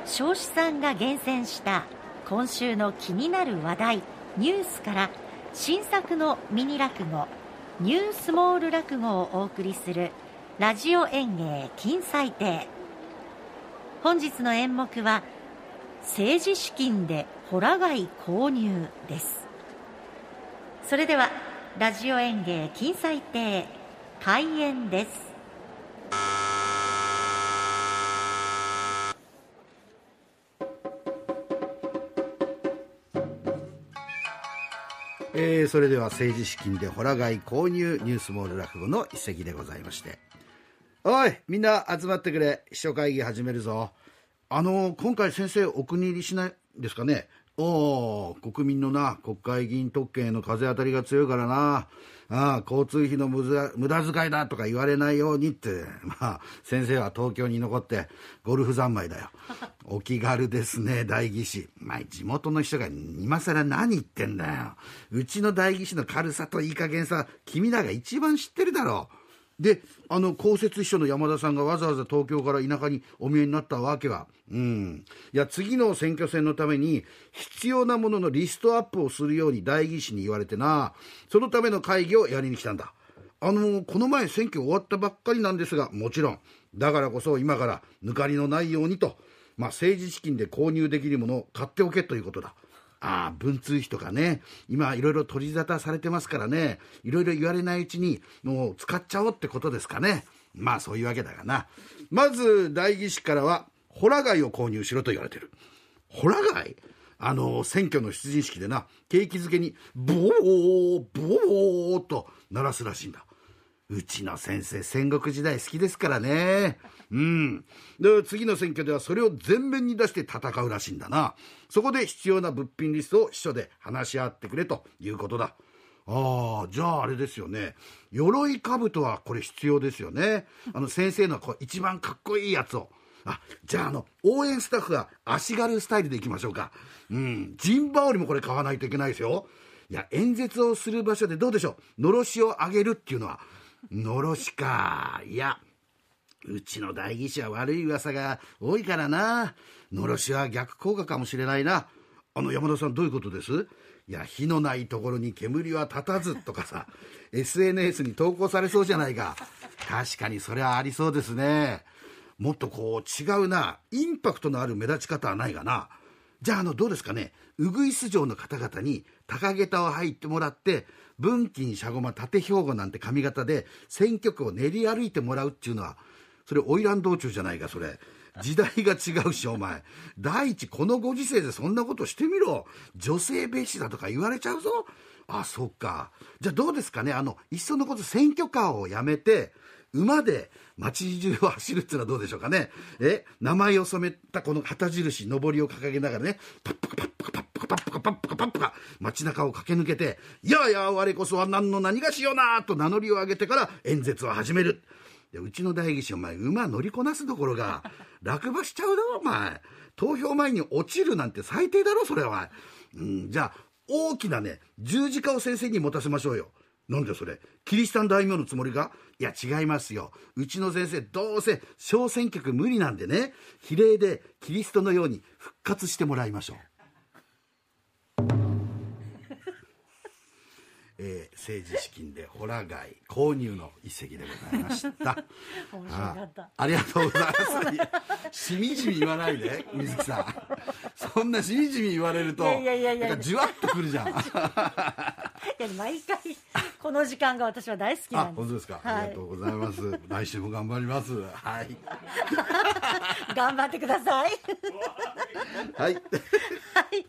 彰子さんが厳選した今週の気になる話題ニュースから新作のミニ落語ニュースモール落語をお送りするラジオ演芸金彩亭。本日の演目は政治資金でホラ貝購入です。それではラジオ演芸金彩亭開演です。 それでは政治資金でホラ貝購入ニュースモール落語の一席でございまして、おいみんな集まってくれ、秘書会議始めるぞ。今回先生お国入りしないですかね。国民のな国会議員特権への風当たりが強いからな、交通費の無駄遣いだとか言われないようにって、先生は東京に残ってゴルフ三昧だよ。お気軽ですね代議士。地元の人が今更何言ってんだよ。うちの代議士の軽さといい加減さ、君らが一番知ってるだろう。で、公設秘書の山田さんがわざわざ東京から田舎にお見えになったわけは、いや次の選挙戦のために必要なもののリストアップをするように代議士に言われてな、そのための会議をやりに来たんだ。この前選挙終わったばっかりなんですが、もちろんだからこそ今から抜かりのないようにと、政治資金で購入できるものを買っておけということだ。文通費とかね、今いろいろ取り沙汰されてますからね、いろいろ言われないうちにもう使っちゃおうってことですかね。そういうわけだがな。まず代議士からはホラ貝を購入しろと言われてる。ホラ貝、選挙の出陣式でな、景気づけにボーボーと鳴らすらしいんだ。うちの先生戦国時代好きですからね。で次の選挙ではそれを前面に出して戦うらしいんだな。そこで必要な物品リストを秘書で話し合ってくれということだ。じゃああれですよね、鎧兜はこれ必要ですよね。先生の一番かっこいいやつを。じゃあ応援スタッフは足軽スタイルでいきましょうか。陣羽織もこれ買わないといけないですよ。いや演説をする場所でどうでしょう、のろしをあげるっていうのは。のろしか。いやうちの代議士は悪い噂が多いからな。のろしは逆効果かもしれないな。山田さんどういうことです？いや火のないところに煙は立たずとかさSNS に投稿されそうじゃないか。確かにそれはありそうですね。もっと違うな、インパクトのある目立ち方はないがな。じゃあどうですかね、ウグイス城の方々に高下駄を履いてもらって、文金シャゴマ縦兵庫なんて髪型で選挙区を練り歩いてもらうっていうのは、それ花魁道中じゃないか。それ時代が違うし、お前第一このご時世でそんなことしてみろ。女性蔑視だとか言われちゃうぞ。そっか。じゃあどうですかね、いっそのこと選挙カーをやめて馬で街中を走るっていうのはどうでしょうかね。名前を染めたこの旗印のぼりを掲げながらね、パッパカパッパカパッパカパッパカパッパカパッパカ街中を駆け抜けて、いやいや我こそは何の何がしようなと名乗りを上げてから演説を始める。うちの代議士、お前馬乗りこなすどころが落馬しちゃうだろお前。投票前に落ちるなんて最低だろそれは。じゃあ大きなね十字架を先生に持たせましょうよ。なんでそれキリシタン大名のつもりが？いや違いますよ。うちの先生どうせ小選挙区無理なんでね、比例でキリストのように復活してもらいましょう。政治資金でホラ貝購入の一席でございました。 面白かった。 ありがとうございます。しみじみ言わないで水木さん。そんなしみじみ言われるとなんかじわっとくるじゃん。 毎回この時間が私は大好きなんです。 本当ですか、ありがとうございます。来週も頑張ります。 頑張ってください。 はい。 はい。